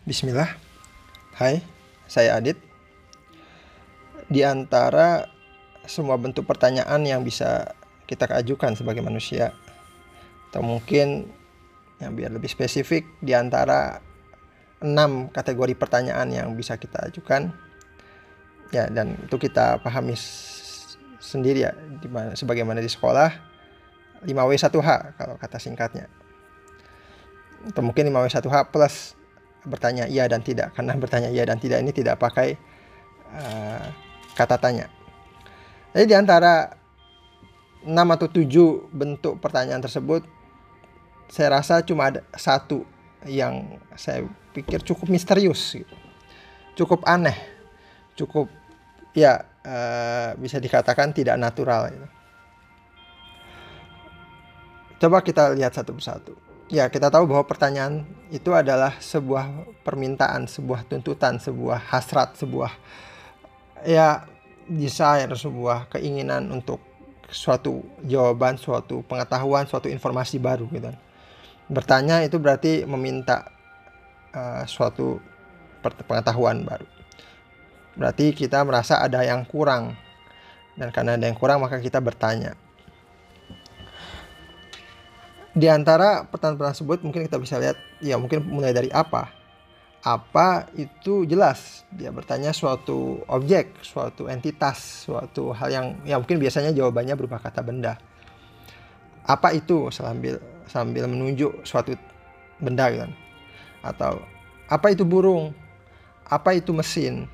Bismillah. Hai, saya Adit. Di antara semua bentuk pertanyaan yang bisa kita ajukan sebagai manusia, atau mungkin yang biar lebih spesifik, di antara 6 kategori pertanyaan yang bisa kita ajukan, ya, dan itu kita pahami sendiri ya, sebagaimana di sekolah 5W1H kalau kata singkatnya, atau mungkin 5W1H plus bertanya iya dan tidak, karena bertanya iya dan tidak ini tidak pakai kata tanya. Jadi di antara 6 atau 7 bentuk pertanyaan tersebut, saya rasa cuma ada satu yang saya pikir cukup misterius gitu. Cukup aneh, cukup ya bisa dikatakan tidak natural gitu. Coba kita lihat satu persatu. Ya, kita tahu bahwa pertanyaan itu adalah sebuah permintaan, sebuah tuntutan, sebuah hasrat, sebuah ya desire, sebuah keinginan untuk suatu jawaban, suatu pengetahuan, suatu informasi baru gitu. Bertanya itu berarti meminta suatu pengetahuan baru. Berarti kita merasa ada yang kurang, dan karena ada yang kurang maka kita bertanya. Di antara pertanyaan tersebut mungkin kita bisa lihat, ya mungkin mulai dari apa. Apa itu jelas, dia bertanya suatu objek, suatu entitas, suatu hal yang ya mungkin biasanya jawabannya berupa kata benda. Apa itu, sambil menunjuk suatu benda gitu kan. Atau apa itu burung? Apa itu mesin?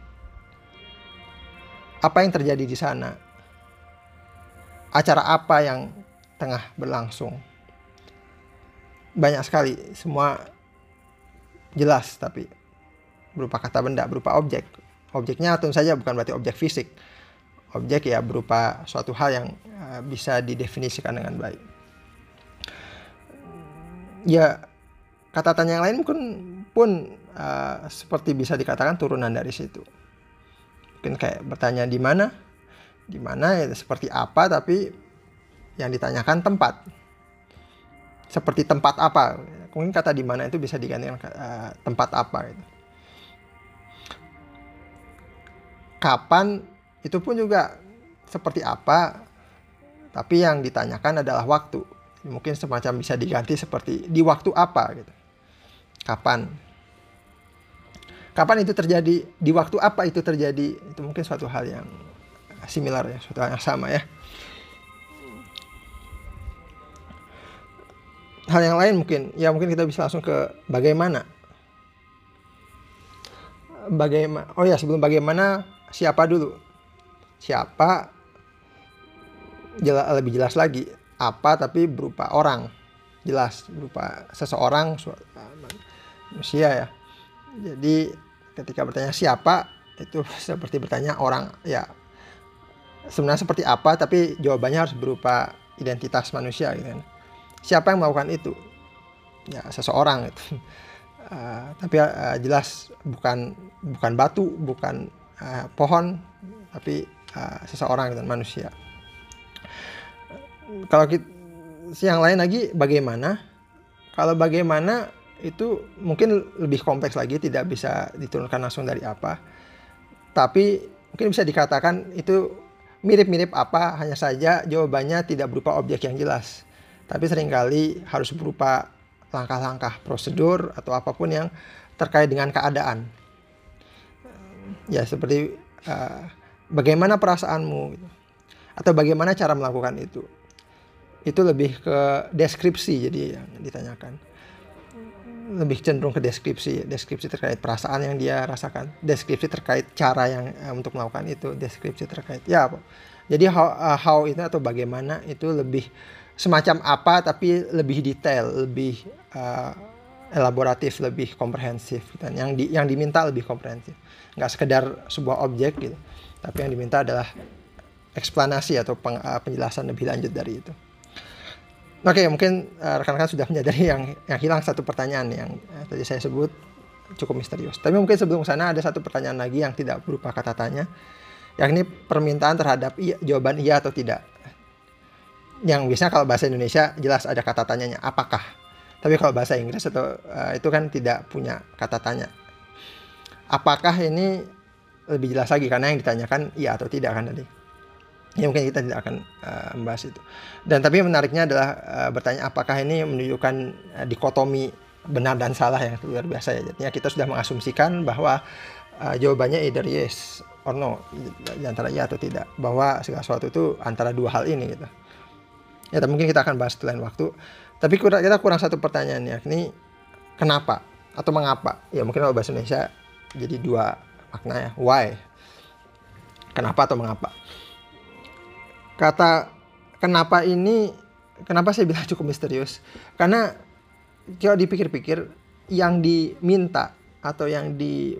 Apa yang terjadi di sana? Acara apa yang tengah berlangsung? Banyak sekali, semua jelas tapi berupa kata benda, berupa objek. Objeknya tentu saja bukan berarti objek fisik. Objek ya berupa suatu hal yang bisa didefinisikan dengan baik. Ya, kata tanya yang lain pun seperti bisa dikatakan turunan dari situ. Mungkin kayak bertanya di mana ya seperti apa, tapi yang ditanyakan tempat. Seperti tempat apa? Mungkin kata di mana itu bisa digantikan tempat apa gitu. Kapan itu pun juga seperti apa, tapi yang ditanyakan adalah waktu. Mungkin semacam bisa diganti seperti di waktu apa gitu. Kapan itu terjadi, di waktu apa itu terjadi, itu mungkin suatu hal yang similar ya, suatu hal yang sama ya. Hal yang lain mungkin kita bisa langsung ke bagaimana. Oh ya, sebelum bagaimana, siapa dulu? Siapa lebih jelas lagi. Apa tapi berupa orang, jelas berupa seseorang, manusia ya. Jadi ketika bertanya siapa, itu seperti bertanya orang ya. Sebenarnya seperti apa, tapi jawabannya harus berupa identitas manusia gitu kan. Siapa yang melakukan itu? Ya seseorang itu. Tapi jelas bukan batu, bukan pohon, tapi seseorang dan manusia. Kalau yang lain lagi bagaimana? Kalau bagaimana itu mungkin lebih kompleks lagi, tidak bisa diturunkan langsung dari apa. Tapi mungkin bisa dikatakan itu mirip-mirip apa, hanya saja jawabannya tidak berupa objek yang jelas. Tapi seringkali harus berupa langkah-langkah prosedur atau apapun yang terkait dengan keadaan. Ya seperti bagaimana perasaanmu gitu. Atau bagaimana cara melakukan itu. Itu lebih ke deskripsi jadi yang ditanyakan. Lebih cenderung ke deskripsi terkait perasaan yang dia rasakan, deskripsi terkait cara yang untuk melakukan itu, deskripsi terkait ya apa. Jadi how itu atau bagaimana itu lebih semacam apa tapi lebih detail, lebih elaboratif, lebih komprehensif dan yang diminta lebih komprehensif. Nggak sekedar sebuah objek gitu, tapi yang diminta adalah eksplanasi atau penjelasan lebih lanjut dari itu. Oke, mungkin rekan-rekan sudah menyadari yang hilang satu pertanyaan yang tadi saya sebut cukup misterius. Tapi mungkin sebelum sana ada satu pertanyaan lagi yang tidak berupa kata tanya, yakni permintaan terhadap jawaban iya atau tidak. Yang biasanya kalau bahasa Indonesia jelas ada kata tanyanya, apakah. Tapi kalau bahasa Inggris itu kan tidak punya kata tanya. apakah ini lebih jelas lagi, karena yang ditanyakan iya atau tidak kan tadi. Ya mungkin kita tidak akan membahas itu. Dan tapi menariknya adalah bertanya apakah ini menunjukkan dikotomi benar dan salah yang luar biasa ya. Jadinya kita sudah mengasumsikan bahwa jawabannya either yes or no, antara ya atau tidak, bahwa segala sesuatu itu antara dua hal ini gitu. Ya, tapi mungkin kita akan bahas lain waktu. Tapi kita kurang satu pertanyaan ya, ini kenapa atau mengapa? Ya mungkin kalau bahasa Indonesia jadi dua makna ya, why, kenapa atau mengapa. Kata kenapa ini, kenapa saya bilang cukup misterius, karena kalau dipikir-pikir yang diminta atau yang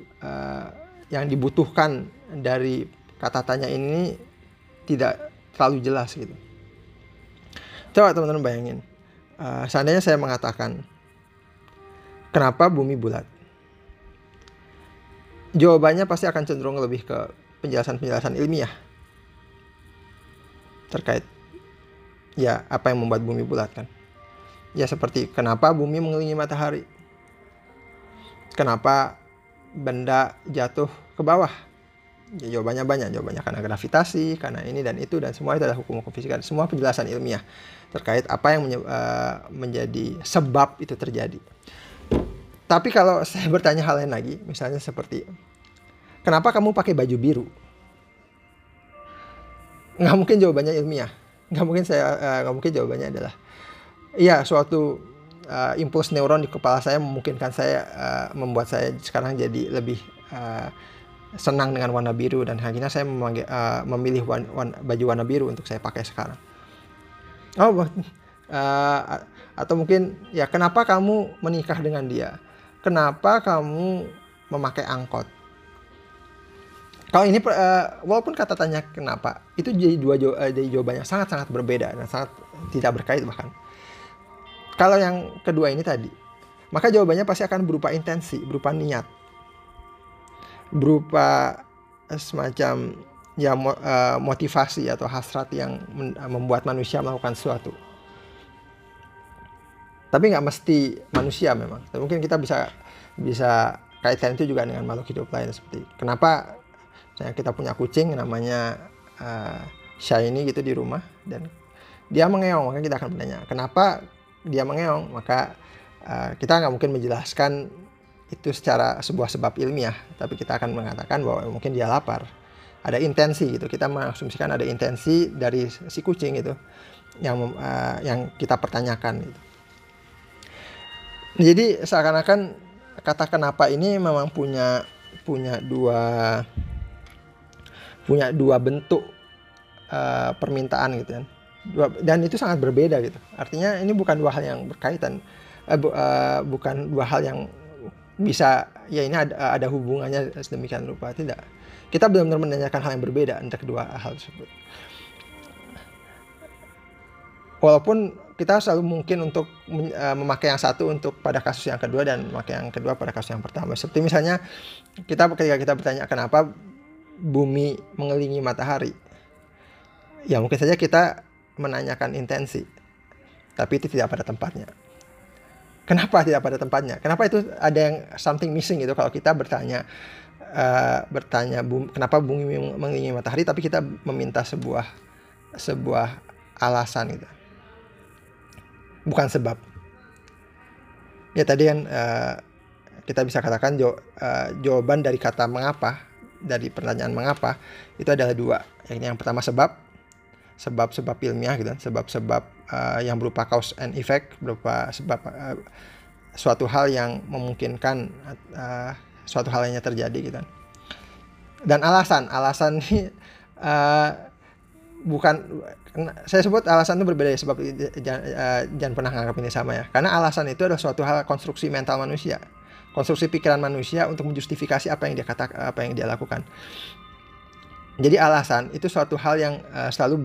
dibutuhkan dari kata tanya ini tidak terlalu jelas gitu. Coba teman-teman bayangin, seandainya saya mengatakan kenapa bumi bulat, jawabannya pasti akan cenderung lebih ke penjelasan-penjelasan ilmiah terkait ya apa yang membuat bumi bulat kan. Ya seperti kenapa bumi mengelilingi matahari, kenapa benda jatuh ke bawah. Ya, jawabannya banyak, jawabannya karena gravitasi, karena ini dan itu, dan semua itu adalah hukum-hukum fisika, semua penjelasan ilmiah terkait apa yang menjadi sebab itu terjadi. Tapi kalau saya bertanya hal lain lagi, misalnya seperti kenapa kamu pakai baju biru? Nggak mungkin jawabannya ilmiah, nggak mungkin jawabannya adalah iya, suatu impuls neuron di kepala saya memungkinkan saya, membuat saya sekarang jadi lebih senang dengan warna biru, dan akhirnya saya memilih baju warna biru untuk saya pakai sekarang. Atau mungkin ya kenapa kamu menikah dengan dia? Kenapa kamu memakai angkot? Kalau ini walaupun kata tanya kenapa itu jadi jawabannya sangat-sangat berbeda dan sangat tidak berkait bahkan. Kalau yang kedua ini tadi, maka jawabannya pasti akan berupa intensi, berupa niat, berupa semacam ya motivasi atau hasrat yang membuat manusia melakukan sesuatu. Tapi nggak mesti manusia memang. Tapi mungkin kita bisa kaitkan itu juga dengan makhluk hidup lain, seperti kenapa kita punya kucing namanya Shiny gitu di rumah dan dia mengeong, maka kita akan bertanya kenapa dia mengeong. Maka kita nggak mungkin menjelaskan itu secara sebuah sebab ilmiah, tapi kita akan mengatakan bahwa mungkin dia lapar, ada intensi gitu. Kita mengasumsikan ada intensi dari si kucing itu yang kita pertanyakan gitu. Jadi seakan-akan kata kenapa ini memang punya dua bentuk permintaan gitu kan. Dan itu sangat berbeda gitu. Artinya ini bukan dua hal yang berkaitan, bukan dua hal yang bisa ya ini ada hubungannya sedemikian rupa, tidak. Kita benar-benar menanyakan hal yang berbeda antara kedua hal tersebut. Walaupun kita selalu mungkin untuk memakai yang satu untuk pada kasus yang kedua dan memakai yang kedua pada kasus yang pertama. Seperti misalnya ketika kita bertanya kenapa bumi mengelilingi matahari, ya mungkin saja kita menanyakan intensi, tapi itu tidak pada tempatnya. Kenapa tidak pada tempatnya? Kenapa itu ada yang something missing gitu kalau kita bertanya kenapa bumi mengelilingi matahari, tapi kita meminta sebuah alasan gitu, bukan sebab. Ya tadi kan kita bisa katakan jawaban dari kata mengapa, dari pertanyaan mengapa itu adalah dua. Yang pertama sebab ilmiah gitu, sebab yang berupa cause and effect, berupa sebab suatu hal yang memungkinkan suatu hal yang terjadi gitu. Dan alasan ini bukan, saya sebut alasan itu berbeda ya, sebab jangan pernah menganggap ini sama ya. Karena alasan itu adalah suatu hal konstruksi mental manusia, konstruksi pikiran manusia untuk menjustifikasi apa yang dia lakukan. Jadi alasan itu suatu hal yang selalu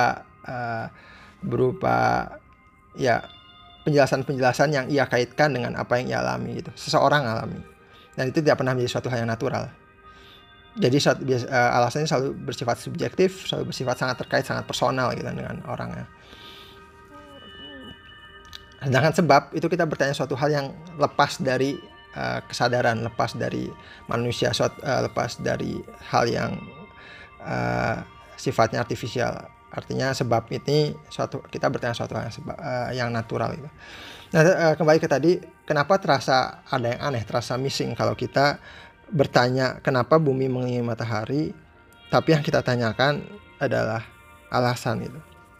berupa ya penjelasan-penjelasan yang ia kaitkan dengan apa yang ia alami gitu, seseorang alami. Dan itu tidak pernah menjadi suatu hal yang natural. Jadi alasannya selalu bersifat subjektif, selalu bersifat sangat terkait, sangat personal gitu dengan orangnya. Sedangkan sebab itu kita bertanya suatu hal yang lepas dari kesadaran, lepas dari manusia, lepas dari hal yang sifatnya artifisial. Artinya sebab ini kita bertanya suatu hal yang natural itu. Nah, kembali ke tadi, kenapa terasa ada yang aneh, terasa missing kalau kita bertanya kenapa bumi mengelilingi matahari, tapi yang kita tanyakan adalah alasan itu.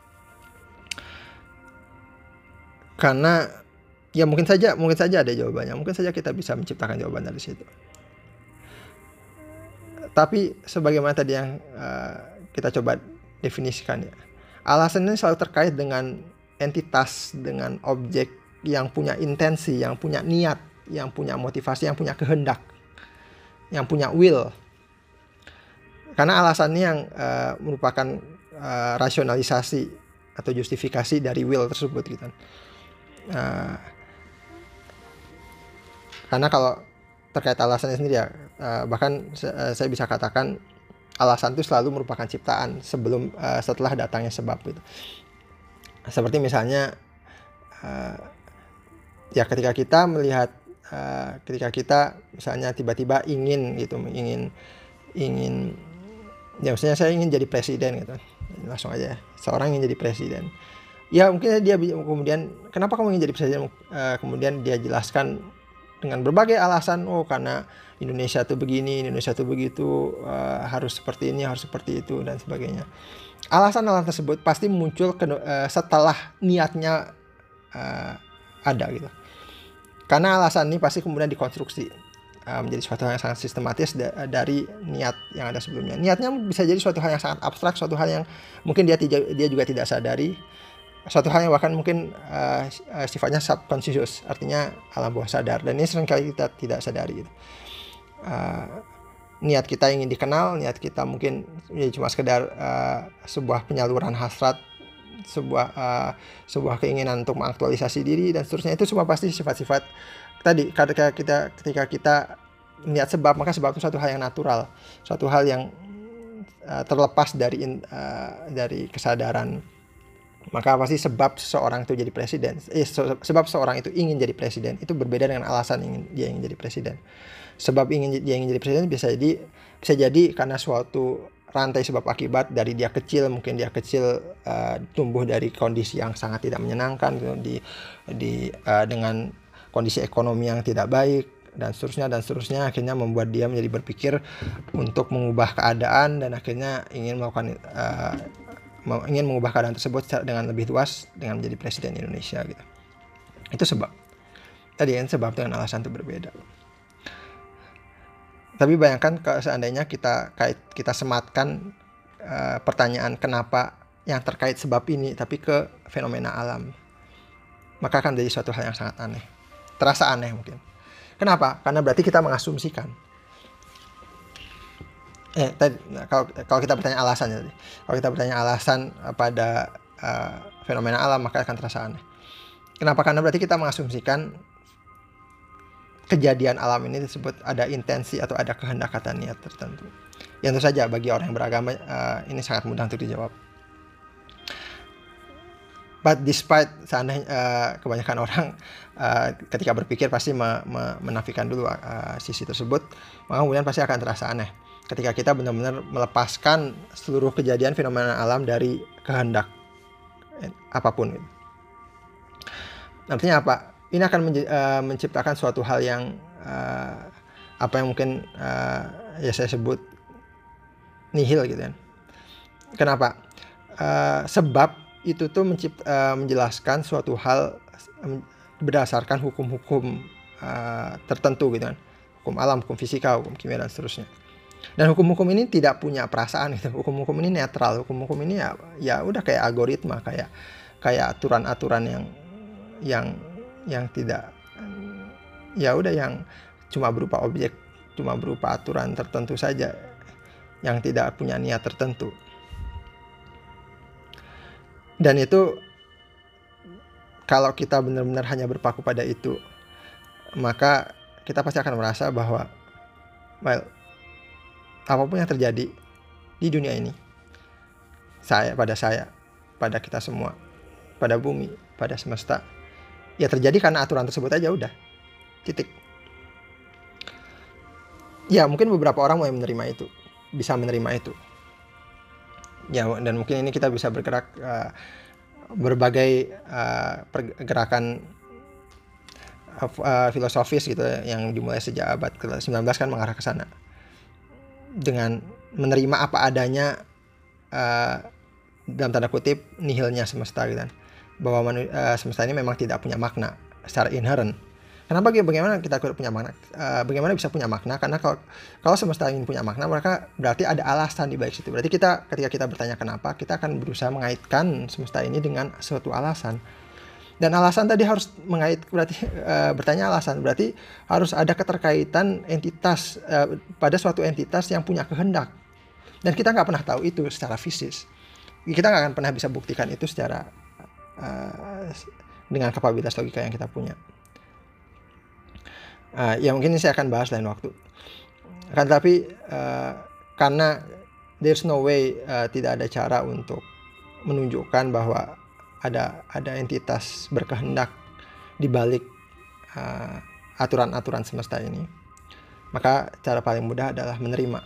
Karena ya mungkin saja ada jawabannya, mungkin saja kita bisa menciptakan jawaban dari situ. Tapi sebagaimana tadi yang kita coba definisikan ya, alasan ini selalu terkait dengan entitas, dengan objek yang punya intensi, yang punya niat, yang punya motivasi, yang punya kehendak, yang punya will. Karena alasannya yang merupakan rasionalisasi atau justifikasi dari will tersebut gitu. Karena kalau terkait alasannya sendiri ya, bahkan saya bisa katakan alasan itu selalu merupakan ciptaan setelah datangnya sebab itu. Seperti misalnya ya ketika kita melihat, ketika kita misalnya tiba-tiba ingin ya maksudnya saya ingin jadi presiden gitu, langsung aja seorang ingin jadi presiden. Ya mungkin dia kemudian kenapa kamu ingin jadi presiden, kemudian dia jelaskan dengan berbagai alasan, karena Indonesia tuh begini, Indonesia tuh begitu, harus seperti ini, harus seperti itu dan sebagainya. Alasan-alasan tersebut pasti muncul setelah niatnya ada gitu. Karena alasan ini pasti kemudian dikonstruksi menjadi suatu hal yang sangat sistematis dari niat yang ada sebelumnya. Niatnya bisa jadi suatu hal yang sangat abstrak, suatu hal yang mungkin dia juga tidak sadari, suatu hal yang bahkan mungkin sifatnya subconscious, artinya alam bawah sadar, dan ini seringkali kita tidak sadari gitu. Niat kita ingin dikenal, niat kita mungkin ya cuma sekedar sebuah penyaluran hasrat, sebuah keinginan untuk mengaktualisasi diri dan seterusnya. Itu semua pasti sifat-sifat tadi. Ketika kita melihat sebab, maka sebab itu suatu hal yang natural, suatu hal yang terlepas dari kesadaran. Maka pasti sebab seseorang itu jadi presiden, sebab seseorang itu ingin jadi presiden itu berbeda dengan alasan dia ingin jadi presiden. Sebab dia ingin jadi presiden bisa jadi karena suatu rantai sebab akibat dari dia kecil. Mungkin dia kecil tumbuh dari kondisi yang sangat tidak menyenangkan gitu, dengan kondisi ekonomi yang tidak baik dan seterusnya, akhirnya membuat dia menjadi berpikir untuk mengubah keadaan dan akhirnya ingin mengubah keadaan tersebut dengan lebih luas dengan menjadi presiden Indonesia gitu. Itu sebab. Tadi kan sebab dengan alasan itu berbeda. Tapi bayangkan kalau seandainya kita sematkan pertanyaan kenapa yang terkait sebab ini tapi ke fenomena alam, maka akan menjadi suatu hal yang sangat aneh. Terasa aneh mungkin. Kenapa? Karena berarti kita mengasumsikan. Kalau kita bertanya alasan, kalau kita bertanya alasan pada fenomena alam, maka akan terasa aneh. Kenapa? Karena berarti kita mengasumsikan kejadian alam ini disebut ada intensi atau ada kehendak atau niat tertentu. Yang tentu saja bagi orang yang beragama ini sangat mudah untuk dijawab. But despite seandainya kebanyakan orang ketika berpikir pasti menafikan dulu sisi tersebut, maka kemudian pasti akan terasa aneh ketika kita benar-benar melepaskan seluruh kejadian fenomena alam dari kehendak apapun. Artinya apa? Ini akan menciptakan suatu hal yang apa yang mungkin ya saya sebut nihil gitu kan. Kenapa? Sebab itu tuh menjelaskan suatu hal berdasarkan hukum-hukum tertentu gitu kan. Hukum alam, hukum fisika, hukum kimia dan seterusnya. Dan hukum-hukum ini tidak punya perasaan gitu. Hukum-hukum ini netral. Hukum-hukum ini ya udah kayak algoritma, kayak aturan-aturan yang tidak, ya udah, yang cuma berupa objek, cuma berupa aturan tertentu saja yang tidak punya niat tertentu. Dan itu kalau kita benar-benar hanya berpaku pada itu, maka kita pasti akan merasa bahwa apapun yang terjadi di dunia ini, pada kita semua, pada bumi, pada semesta, ya terjadi karena aturan tersebut aja, udah, titik. Ya mungkin beberapa orang mulai menerima itu, bisa menerima itu. Ya, dan mungkin ini kita bisa bergerak berbagai pergerakan filosofis gitu ya, yang dimulai sejak abad ke-19 kan mengarah ke sana. Dengan menerima apa adanya, dalam tanda kutip nihilnya semesta gitu kan. Bahwa semesta ini memang tidak punya makna secara inherent. Kenapa bagaimana kita punya makna? Bagaimana bisa punya makna? Karena kalau semesta ini punya makna, maka berarti ada alasan di balik situ. Berarti ketika kita bertanya kenapa, kita akan berusaha mengaitkan semesta ini dengan suatu alasan. Dan alasan tadi harus berarti bertanya alasan, berarti harus ada keterkaitan entitas pada suatu entitas yang punya kehendak. Dan kita nggak pernah tahu itu secara fisik. Kita nggak akan pernah bisa buktikan itu secara dengan kapabilitas logika yang kita punya. Ya mungkin ini saya akan bahas lain waktu. Tapi karena there's no way, tidak ada cara untuk menunjukkan bahwa ada entitas berkehendak di balik aturan-aturan semesta ini, maka cara paling mudah adalah menerima.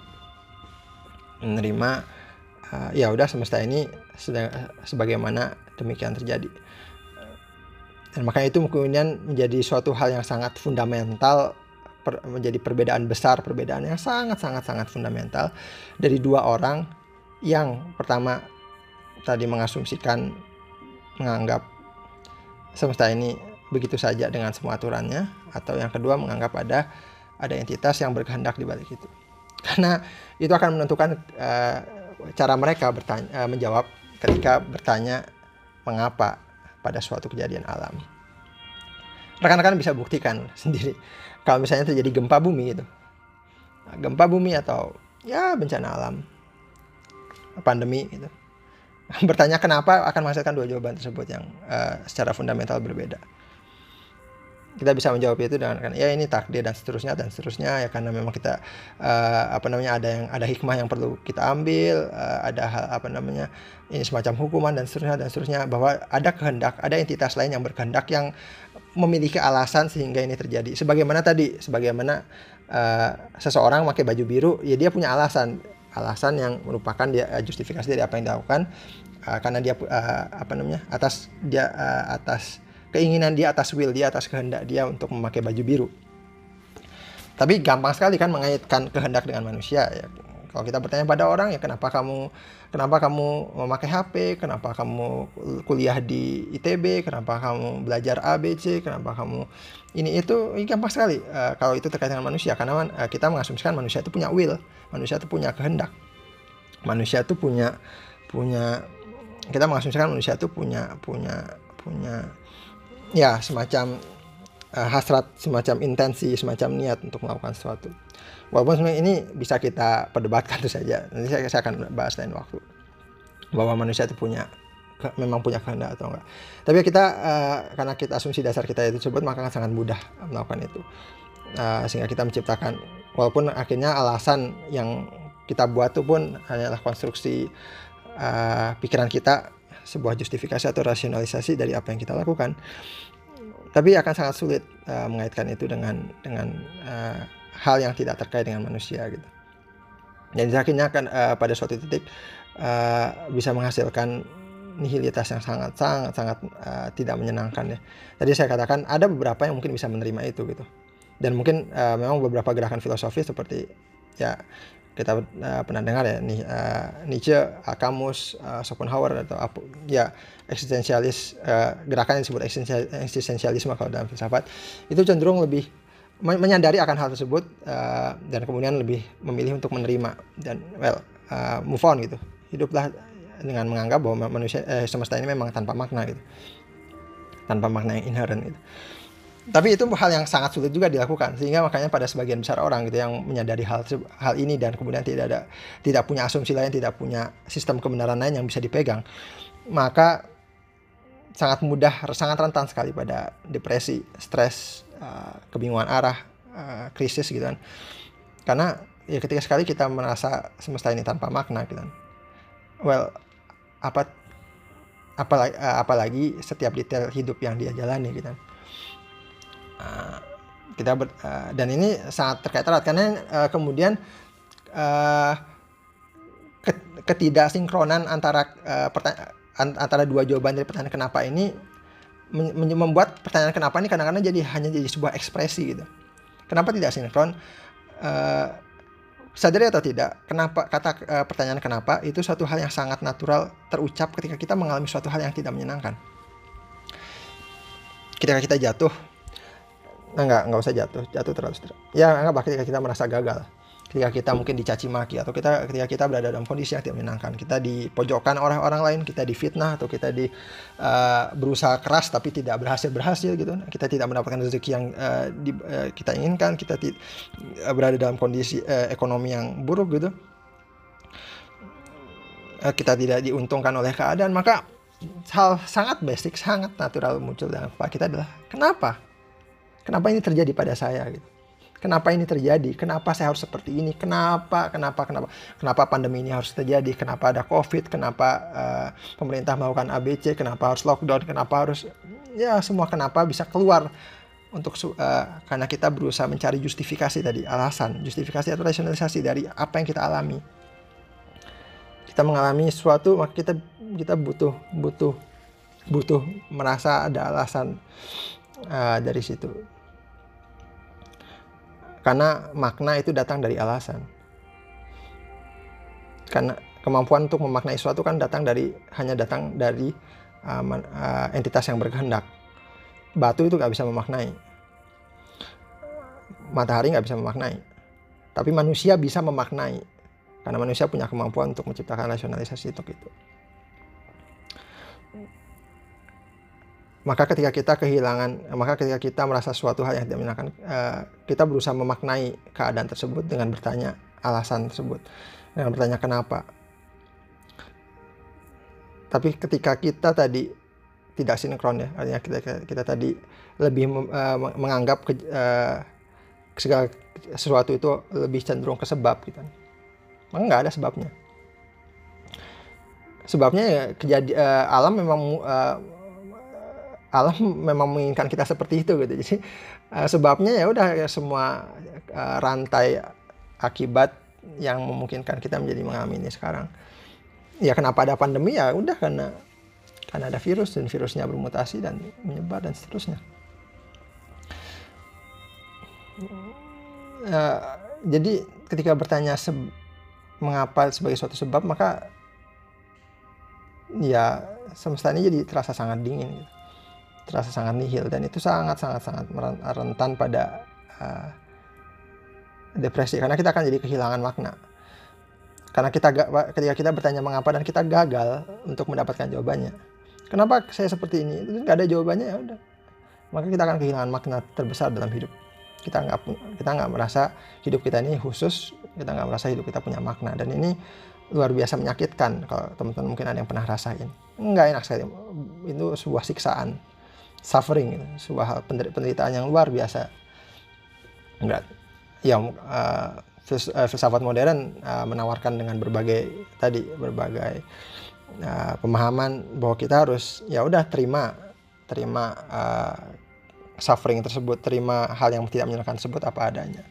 Ya udah, semesta ini sebagaimana demikian terjadi. Dan makanya itu kemudian menjadi suatu hal yang sangat fundamental, menjadi perbedaan besar, perbedaan yang sangat fundamental dari dua orang yang pertama tadi menganggap semesta ini begitu saja dengan semua aturannya, atau yang kedua menganggap ada entitas yang berkehendak di balik itu. Karena itu akan menentukan cara mereka menjawab ketika bertanya mengapa pada suatu kejadian alam. Rekan-rekan bisa buktikan sendiri kalau misalnya terjadi gempa bumi gitu, gempa bumi atau ya bencana alam, pandemi gitu, bertanya kenapa akan menghasilkan dua jawaban tersebut yang secara fundamental berbeda. Kita bisa menjawab itu dengan ya ini takdir dan seterusnya ya, karena memang kita ada hikmah yang perlu kita ambil, ada hal ini semacam hukuman dan seterusnya, bahwa ada kehendak, ada entitas lain yang berkehendak yang memiliki alasan sehingga ini terjadi. Sebagaimana seseorang pakai baju biru, ya dia punya alasan yang merupakan dia justifikasi dari apa yang dilakukan, karena dia atas keinginan dia, atas will dia, atas kehendak dia untuk memakai baju biru. Tapi gampang sekali kan mengaitkan kehendak dengan manusia ya. Kalau kita bertanya pada orang, ya kenapa kamu memakai HP, kenapa kamu kuliah di ITB, kenapa kamu belajar A, B, C, kenapa kamu ini gampang sekali kalau itu terkait dengan manusia. Karena kita mengasumsikan manusia itu punya will, manusia itu punya kehendak, manusia itu punya kita mengasumsikan manusia itu punya ya semacam hasrat, semacam intensi, semacam niat untuk melakukan sesuatu. Walaupun sebenarnya ini bisa kita perdebatkan itu saja. Nanti saya akan bahas lain waktu bahwa manusia itu memang punya kehendak atau enggak. Tapi kita karena kita asumsi dasar kita itu tersebut, maka akan sangat mudah melakukan itu, sehingga kita menciptakan, walaupun akhirnya alasan yang kita buat itu pun hanyalah konstruksi pikiran kita, sebuah justifikasi atau rasionalisasi dari apa yang kita lakukan, tapi akan sangat sulit mengaitkan itu dengan hal yang tidak terkait dengan manusia gitu. Dan akhirnya akan pada suatu titik bisa menghasilkan nihilitas yang sangat tidak menyenangkan ya. Tadi saya katakan ada beberapa yang mungkin bisa menerima itu gitu. Dan mungkin memang beberapa gerakan filosofi seperti ya kita pernah dengar ya, Nietzsche, Camus, Schopenhauer atau apa ya, eksistensialis, gerakan yang disebut eksistensialisme kalau dalam filsafat, itu cenderung lebih menyadari akan hal tersebut, dan kemudian lebih memilih untuk menerima dan move on gitu. Hiduplah dengan menganggap bahwa manusia semesta ini memang tanpa makna gitu, tanpa makna yang inherent gitu. Tapi itu hal yang sangat sulit juga dilakukan, sehingga makanya pada sebagian besar orang gitu yang menyadari hal ini dan kemudian tidak punya asumsi lain, tidak punya sistem kebenaran lain yang bisa dipegang, maka sangat rentan sekali pada depresi, stres, kebingungan arah, krisis gitu kan. Karena ya ketika sekali kita merasa semesta ini tanpa makna gitu kan, apalagi setiap detail hidup yang dia jalani gitu kan. Dan ini sangat terkait erat karena kemudian ketidaksinkronan antara dua jawaban dari pertanyaan kenapa ini membuat pertanyaan kenapa ini kadang-kadang hanya jadi sebuah ekspresi gitu. Kenapa tidak sinkron? Sadari atau tidak, pertanyaan kenapa itu suatu hal yang sangat natural terucap ketika kita mengalami suatu hal yang tidak menyenangkan. Ketika kita jatuh, nggak usah jatuh terlalu ya anggaplah ketika kita merasa gagal, ketika kita mungkin dicaci maki, atau ketika kita berada dalam kondisi yang tidak menyenangkan, kita dipojokkan oleh orang lain, kita difitnah, atau kita berusaha keras tapi tidak berhasil gitu, kita tidak mendapatkan rezeki yang kita inginkan, kita berada dalam kondisi ekonomi yang buruk gitu, kita tidak diuntungkan oleh keadaan, maka hal sangat basic, sangat natural muncul dalam kepala kita adalah kenapa ini terjadi pada saya gitu. Kenapa ini terjadi? Kenapa saya harus seperti ini? Kenapa pandemi ini harus terjadi? Kenapa ada COVID? Kenapa pemerintah melakukan ABC? Kenapa harus lockdown? Kenapa harus semua kenapa bisa keluar karena kita berusaha mencari justifikasi tadi, alasan, justifikasi atau rasionalisasi dari apa yang kita alami. Kita mengalami sesuatu, maka kita butuh merasa ada alasan dari situ. Karena makna itu datang dari alasan. Karena kemampuan untuk memaknai sesuatu kan hanya datang dari entitas yang berkehendak. Batu itu gak bisa memaknai. Matahari gak bisa memaknai. Tapi manusia bisa memaknai. Karena manusia punya kemampuan untuk menciptakan rasionalisasi untuk itu. Maka ketika kita merasa suatu hal yang tidak menyenangkan, kita berusaha memaknai keadaan tersebut dengan bertanya alasan tersebut, dengan bertanya kenapa. Tapi ketika kita tadi tidak sinkron ya, artinya kita tadi lebih menganggap segala sesuatu itu lebih cenderung ke sebab gitu. Maka nggak ada sebabnya. Sebabnya ya alam memang menginginkan kita seperti itu gitu. Jadi sebabnya ya udah semua rantai akibat yang memungkinkan kita mengalami ini sekarang. Ya kenapa ada pandemi? Ya udah karena ada virus dan virusnya bermutasi dan menyebar dan seterusnya. Jadi ketika bertanya mengapa sebagai suatu sebab, maka ya semesta ini jadi terasa sangat dingin gitu. Terasa sangat nihil, dan itu sangat rentan pada depresi, karena kita akan jadi kehilangan makna. Karena ketika kita bertanya mengapa dan kita gagal untuk mendapatkan jawabannya, kenapa saya seperti ini, itu nggak ada jawabannya, ya udah, maka kita akan kehilangan makna terbesar dalam hidup. Kita nggak merasa hidup kita ini khusus, kita nggak merasa hidup kita punya makna, dan ini luar biasa menyakitkan. Kalau teman-teman mungkin ada yang pernah rasain, nggak enak sekali. Itu sebuah siksaan, suffering, sebuah hal penderitaan yang luar biasa. Enggak, ya filsafat modern menawarkan dengan berbagai pemahaman bahwa kita harus ya udah terima suffering tersebut, terima hal yang tidak menyenangkan tersebut apa adanya.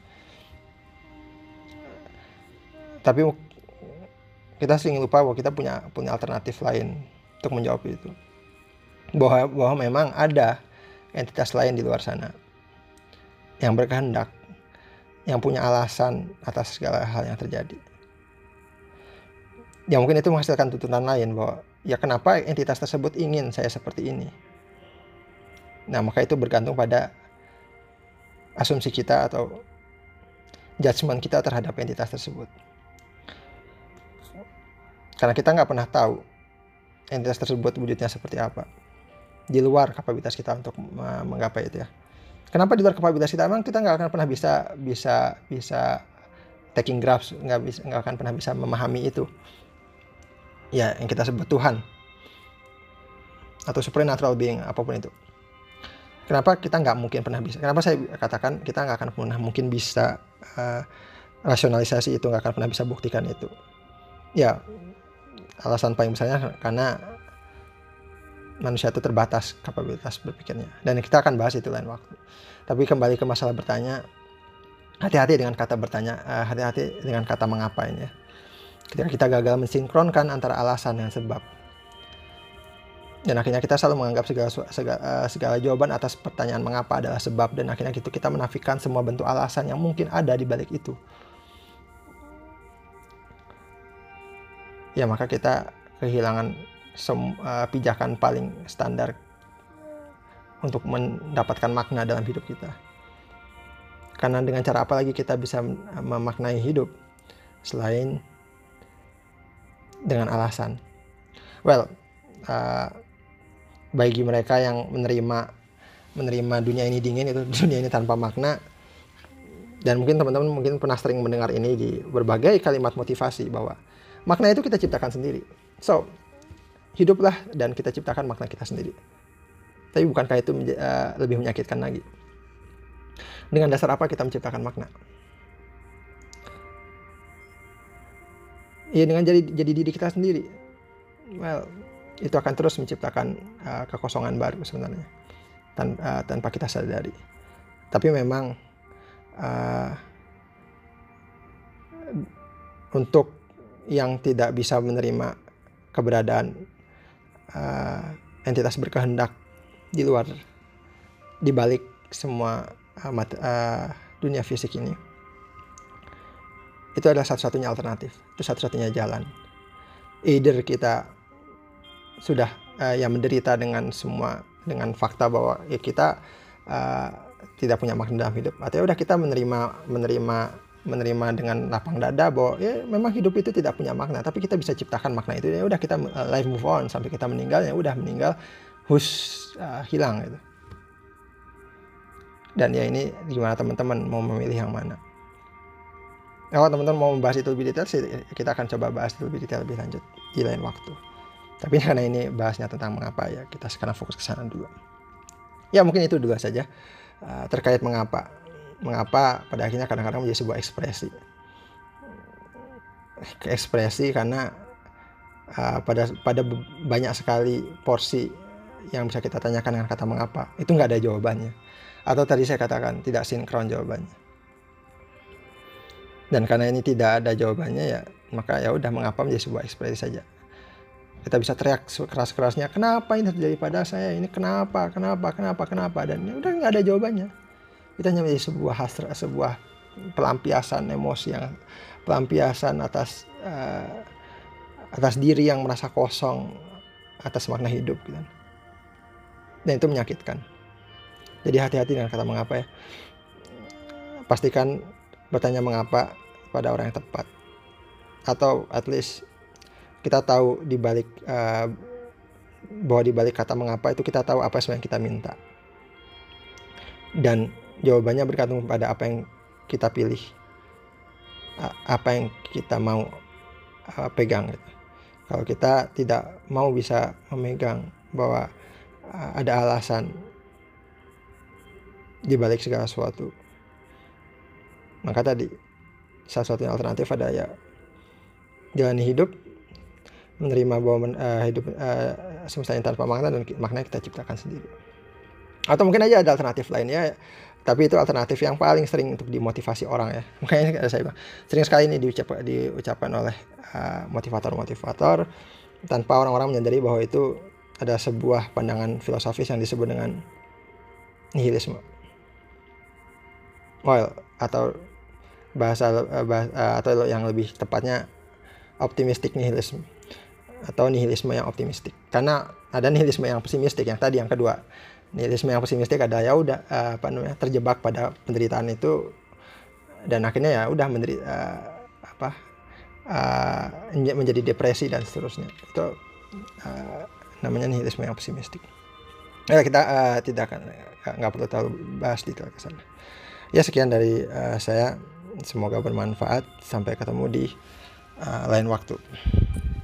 Tapi kita sering lupa bahwa kita punya alternatif lain untuk menjawab itu. Bahwa memang ada entitas lain di luar sana yang berkehendak, yang punya alasan atas segala hal yang terjadi. Ya mungkin itu menghasilkan tuntutan lain bahwa ya kenapa entitas tersebut ingin saya seperti ini. Nah, maka itu bergantung pada asumsi kita atau judgement kita terhadap entitas tersebut. Karena kita nggak pernah tahu entitas tersebut wujudnya seperti apa. Di luar kapabilitas kita untuk menggapai itu ya. Kenapa di luar kapabilitas kita? Emang kita nggak akan pernah bisa taking grasp, nggak akan pernah bisa memahami itu. Ya, yang kita sebut Tuhan atau supernatural being, apapun itu. Kenapa kita nggak mungkin pernah bisa? Kenapa saya katakan kita nggak akan pernah mungkin bisa rasionalisasi itu, nggak akan pernah bisa buktikan itu? Ya, alasan paling besarnya karena manusia itu terbatas kapabilitas berpikirnya, dan kita akan bahas itu lain waktu. Tapi kembali ke masalah bertanya, hati-hati dengan kata bertanya, hati-hati dengan kata mengapa ini ya. Ketika kita gagal mensinkronkan antara alasan dan sebab, dan akhirnya kita selalu menganggap segala jawaban atas pertanyaan mengapa adalah sebab, dan akhirnya kita menafikan semua bentuk alasan yang mungkin ada di balik itu. Ya, maka kita kehilangan pijakan paling standar untuk mendapatkan makna dalam hidup kita. Karena dengan cara apa lagi kita bisa memaknai hidup selain dengan alasan? Well, bagi mereka yang menerima dunia ini dingin, itu dunia ini tanpa makna, dan mungkin teman-teman pernah sering mendengar ini di berbagai kalimat motivasi bahwa makna itu kita ciptakan sendiri. So, hiduplah dan kita ciptakan makna kita sendiri. Tapi bukankah itu lebih menyakitkan lagi? Dengan dasar apa kita menciptakan makna? Ya, dengan jadi diri kita sendiri. Well, itu akan terus menciptakan kekosongan baru sebenarnya, tanpa kita sadari. Tapi memang untuk yang tidak bisa menerima keberadaan entitas berkehendak di luar, di balik semua dunia fisik ini, itu adalah satu-satunya alternatif, itu satu-satunya jalan. Either kita sudah menderita dengan fakta bahwa ya kita tidak punya makna dalam hidup, atau udah kita menerima dengan lapang dada bahwa ya memang hidup itu tidak punya makna, tapi kita bisa ciptakan makna itu. Ya udah, kita life move on sampai kita meninggal, ya udah meninggal, hilang gitu. Dan ya ini gimana teman-teman mau memilih yang mana? Kalau teman-teman mau membahas itu lebih detail sih, kita akan coba bahas itu lebih detail lebih lanjut di lain waktu. Tapi karena ini bahasnya tentang mengapa, ya kita sekarang fokus ke sana dulu. Ya mungkin itu dulu saja terkait mengapa. Mengapa pada akhirnya kadang-kadang menjadi sebuah ekspresi karena pada banyak sekali porsi yang bisa kita tanyakan dengan kata mengapa itu nggak ada jawabannya, atau tadi saya katakan tidak sinkron jawabannya. Dan karena ini tidak ada jawabannya, ya maka ya udah, mengapa menjadi sebuah ekspresi saja. Kita bisa teriak keras-kerasnya, kenapa ini terjadi pada saya, ini kenapa, dan ya udah nggak ada jawabannya. Itu hanya menjadi sebuah pelampiasan emosi, pelampiasan atas diri yang merasa kosong atas makna hidup gitu. Dan itu menyakitkan. Jadi hati-hati dengan kata mengapa ya. Pastikan bertanya mengapa pada orang yang tepat, atau at least kita tahu bahwa di balik kata mengapa itu kita tahu apa yang kita minta, dan jawabannya bergantung pada apa yang kita pilih, apa yang kita mau pegang gitu. Kalau kita tidak mau bisa memegang bahwa ada alasan di balik segala sesuatu, maka tadi salah satunya alternatif ada ya jalani hidup, menerima bahwa hidup semesta ini tanpa makna, dan makna kita ciptakan sendiri. Atau mungkin aja ada alternatif lainnya, tapi itu alternatif yang paling sering untuk dimotivasi orang ya. Makanya saya bilang, sering sekali ini diucapkan oleh motivator-motivator tanpa orang-orang menyadari bahwa itu ada sebuah pandangan filosofis yang disebut dengan nihilisme. Well, atau atau yang lebih tepatnya optimistic nihilism, atau nihilisme yang optimistik. Karena ada nihilisme yang pesimistik, yang tadi yang kedua. Nihilisme yang pesimistik adalah ya udah terjebak pada penderitaan itu, dan akhirnya ya udah menjadi depresi dan seterusnya. Itu namanya nihilisme yang pesimistik. Nah, kita nggak perlu terlalu bahas detail ke sana. Ya, sekian dari saya. Semoga bermanfaat. Sampai ketemu di lain waktu.